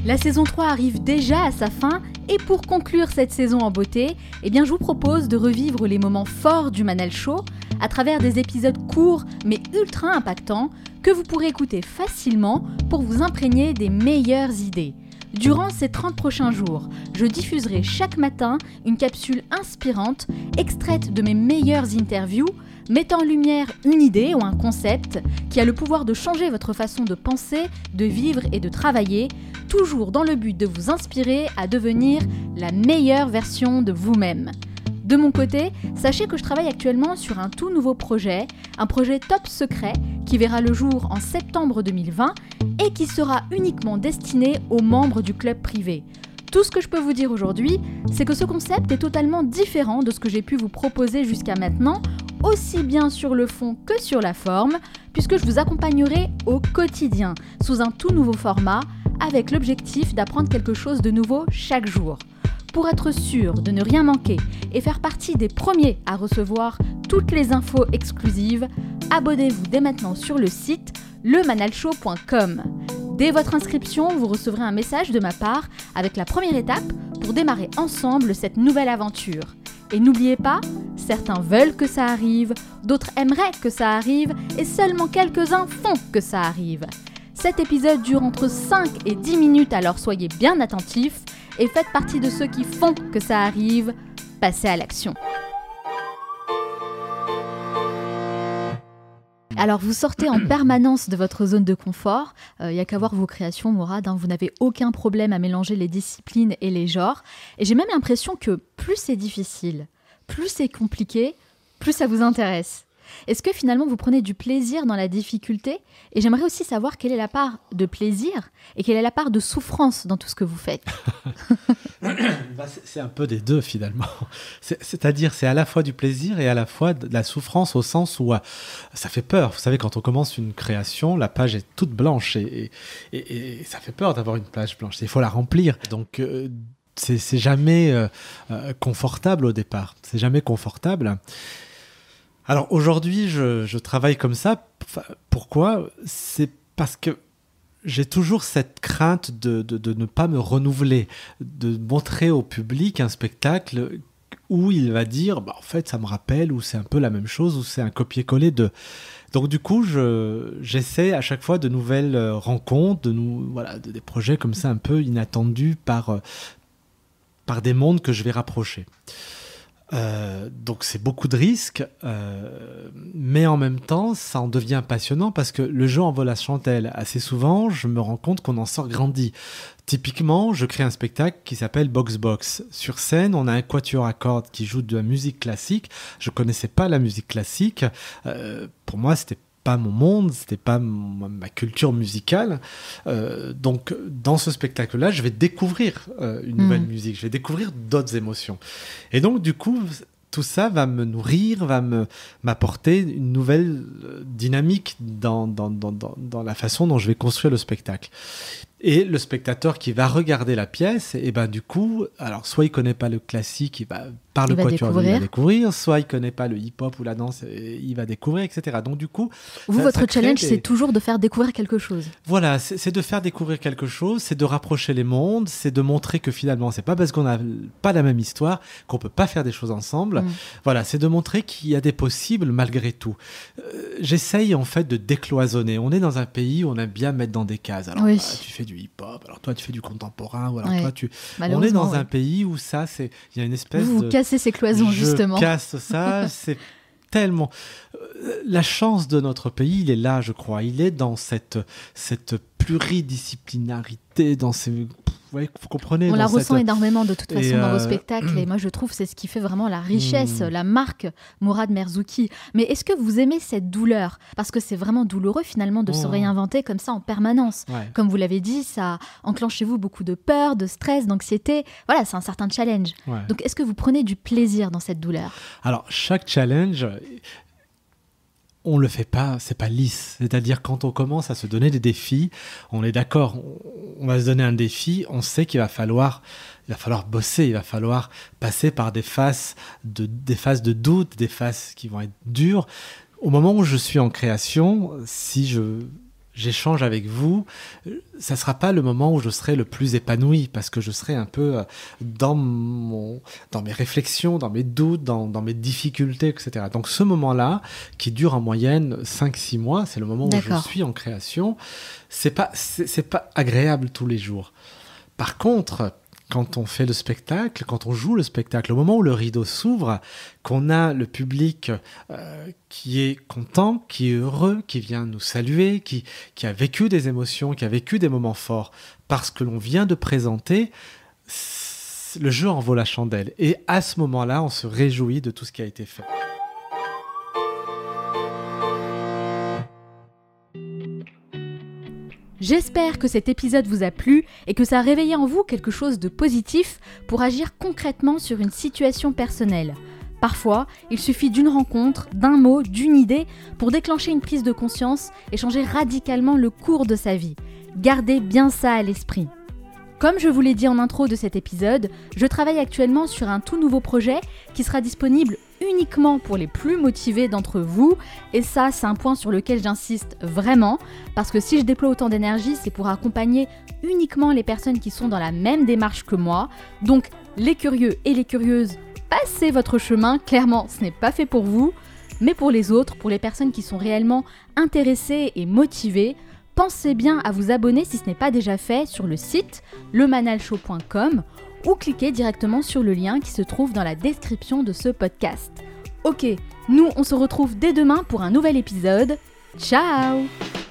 La saison 3 arrive déjà à sa fin et pour conclure cette saison en beauté, je vous propose de revivre les moments forts du Manal Show à travers des épisodes courts mais ultra impactants que vous pourrez écouter facilement pour vous imprégner des meilleures idées. Durant ces 30 prochains jours, je diffuserai chaque matin une capsule inspirante extraite de mes meilleures interviews mettant en lumière une idée ou un concept qui a le pouvoir de changer votre façon de penser, de vivre et de travailler, toujours dans le but de vous inspirer à devenir la meilleure version de vous-même. De mon côté, sachez que je travaille actuellement sur un tout nouveau projet, un projet top secret qui verra le jour en septembre 2020 et qui sera uniquement destiné aux membres du club privé. Tout ce que je peux vous dire aujourd'hui, c'est que ce concept est totalement différent de ce que j'ai pu vous proposer jusqu'à maintenant, aussi bien sur le fond que sur la forme, puisque je vous accompagnerai au quotidien, sous un tout nouveau format, avec l'objectif d'apprendre quelque chose de nouveau chaque jour. Pour être sûr de ne rien manquer et faire partie des premiers à recevoir toutes les infos exclusives, abonnez-vous dès maintenant sur le site lemanalshow.com. Dès votre inscription, vous recevrez un message de ma part avec la première étape pour démarrer ensemble cette nouvelle aventure. Et n'oubliez pas, certains veulent que ça arrive, d'autres aimeraient que ça arrive et seulement quelques-uns font que ça arrive. Cet épisode dure entre 5 et 10 minutes, alors soyez bien attentifs et faites partie de ceux qui font que ça arrive. Passez à l'action. Alors, vous sortez en permanence de votre zone de confort. Il n'y a qu'à voir vos créations, Mourad. Vous n'avez aucun problème à mélanger les disciplines et les genres. Et j'ai même l'impression que plus c'est difficile, plus c'est compliqué, plus ça vous intéresse. Est-ce que finalement vous prenez du plaisir dans la difficulté ? Et j'aimerais aussi savoir quelle est la part de plaisir et quelle est la part de souffrance dans tout ce que vous faites. C'est un peu des deux finalement. C'est-à-dire c'est à la fois du plaisir et à la fois de la souffrance au sens où ça fait peur. Vous savez, quand on commence une création, la page est toute blanche et ça fait peur d'avoir une page blanche. Il faut la remplir. Donc c'est jamais confortable au départ. C'est jamais confortable. Alors aujourd'hui, je travaille comme ça. Pourquoi ? C'est parce que j'ai toujours cette crainte de ne pas me renouveler, de montrer au public un spectacle où il va dire en fait ça me rappelle, ou c'est un peu la même chose, ou c'est un copier-coller de... Donc du coup, j'essaie à chaque fois de nouvelles rencontres, des projets comme ça un peu inattendus par des mondes que je vais rapprocher. Donc c'est beaucoup de risques, mais en même temps ça en devient passionnant parce que le jeu en vaut la chandelle. Assez souvent je me rends compte qu'on en sort grandi. Typiquement, je crée un spectacle qui s'appelle Box Box. Sur scène, on a un quatuor à cordes qui joue de la musique classique. Je connaissais pas la musique classique. Pour moi, c'était pas mon monde, c'était pas ma culture musicale. Donc, dans ce spectacle-là, je vais découvrir une nouvelle musique, je vais découvrir d'autres émotions. Et donc, du coup, tout ça va me nourrir, m'apporter une nouvelle dynamique dans la façon dont je vais construire le spectacle. Et le spectateur qui va regarder la pièce, du coup, alors soit il connaît pas le classique, par le quatuor il va découvrir, soit il connaît pas le hip-hop ou la danse, il va découvrir, etc. Donc du coup, votre challenge, c'est toujours de faire découvrir quelque chose. Voilà, c'est de faire découvrir quelque chose, c'est de rapprocher les mondes, c'est de montrer que finalement, c'est pas parce qu'on n'a pas la même histoire qu'on peut pas faire des choses ensemble. Voilà, c'est de montrer qu'il y a des possibles malgré tout. J'essaye en fait de décloisonner. On est dans un pays où on aime bien mettre dans des cases. Alors tu fais du hip-hop, alors toi tu fais du contemporain, ou alors toi tu... On est dans un pays où ça, il y a une espèce Vous cassez ces cloisons, justement. Je casse ça, c'est tellement... La chance de notre pays, il est là, je crois. Il est dans cette pluridisciplinarité, dans ces... Vous comprenez. On la ressent énormément de toute façon dans vos spectacles et moi je trouve que c'est ce qui fait vraiment la richesse, la marque Mourad Merzouki. Mais est-ce que vous aimez cette douleur ? Parce que c'est vraiment douloureux finalement de se réinventer comme ça en permanence. Ouais. Comme vous l'avez dit, ça enclenche chez vous beaucoup de peur, de stress, d'anxiété. Voilà, c'est un certain challenge. Ouais. Donc est-ce que vous prenez du plaisir dans cette douleur ? Alors chaque challenge... On le fait pas, c'est pas lisse. C'est-à-dire quand on commence à se donner des défis, on est d'accord, on va se donner un défi, on sait qu'il va falloir bosser, il va falloir passer par des phases de doute, des phases qui vont être dures. Au moment où je suis en création, si je j'échange avec vous, ça ne sera pas le moment où je serai le plus épanoui, parce que je serai un peu dans mes réflexions, dans mes doutes, dans mes difficultés, etc. Donc ce moment-là, qui dure en moyenne 5-6 mois, c'est le moment où je suis en création, c'est pas agréable tous les jours. Par contre, quand on fait le spectacle, quand on joue le spectacle, au moment où le rideau s'ouvre, qu'on a le public qui est content, qui est heureux, qui vient nous saluer, qui a vécu des émotions, qui a vécu des moments forts, parce que l'on vient de présenter, le jeu en vaut la chandelle. Et à ce moment-là, on se réjouit de tout ce qui a été fait. J'espère que cet épisode vous a plu et que ça a réveillé en vous quelque chose de positif pour agir concrètement sur une situation personnelle. Parfois, il suffit d'une rencontre, d'un mot, d'une idée pour déclencher une prise de conscience et changer radicalement le cours de sa vie. Gardez bien ça à l'esprit. Comme je vous l'ai dit en intro de cet épisode, je travaille actuellement sur un tout nouveau projet qui sera disponible uniquement pour les plus motivés d'entre vous. Et ça, c'est un point sur lequel j'insiste vraiment, parce que si je déploie autant d'énergie, c'est pour accompagner uniquement les personnes qui sont dans la même démarche que moi. Donc, les curieux et les curieuses, passez votre chemin. Clairement, ce n'est pas fait pour vous. Mais pour les autres, pour les personnes qui sont réellement intéressées et motivées, pensez bien à vous abonner si ce n'est pas déjà fait sur le site lemanalshow.com ou cliquez directement sur le lien qui se trouve dans la description de ce podcast. Ok, nous on se retrouve dès demain pour un nouvel épisode. Ciao!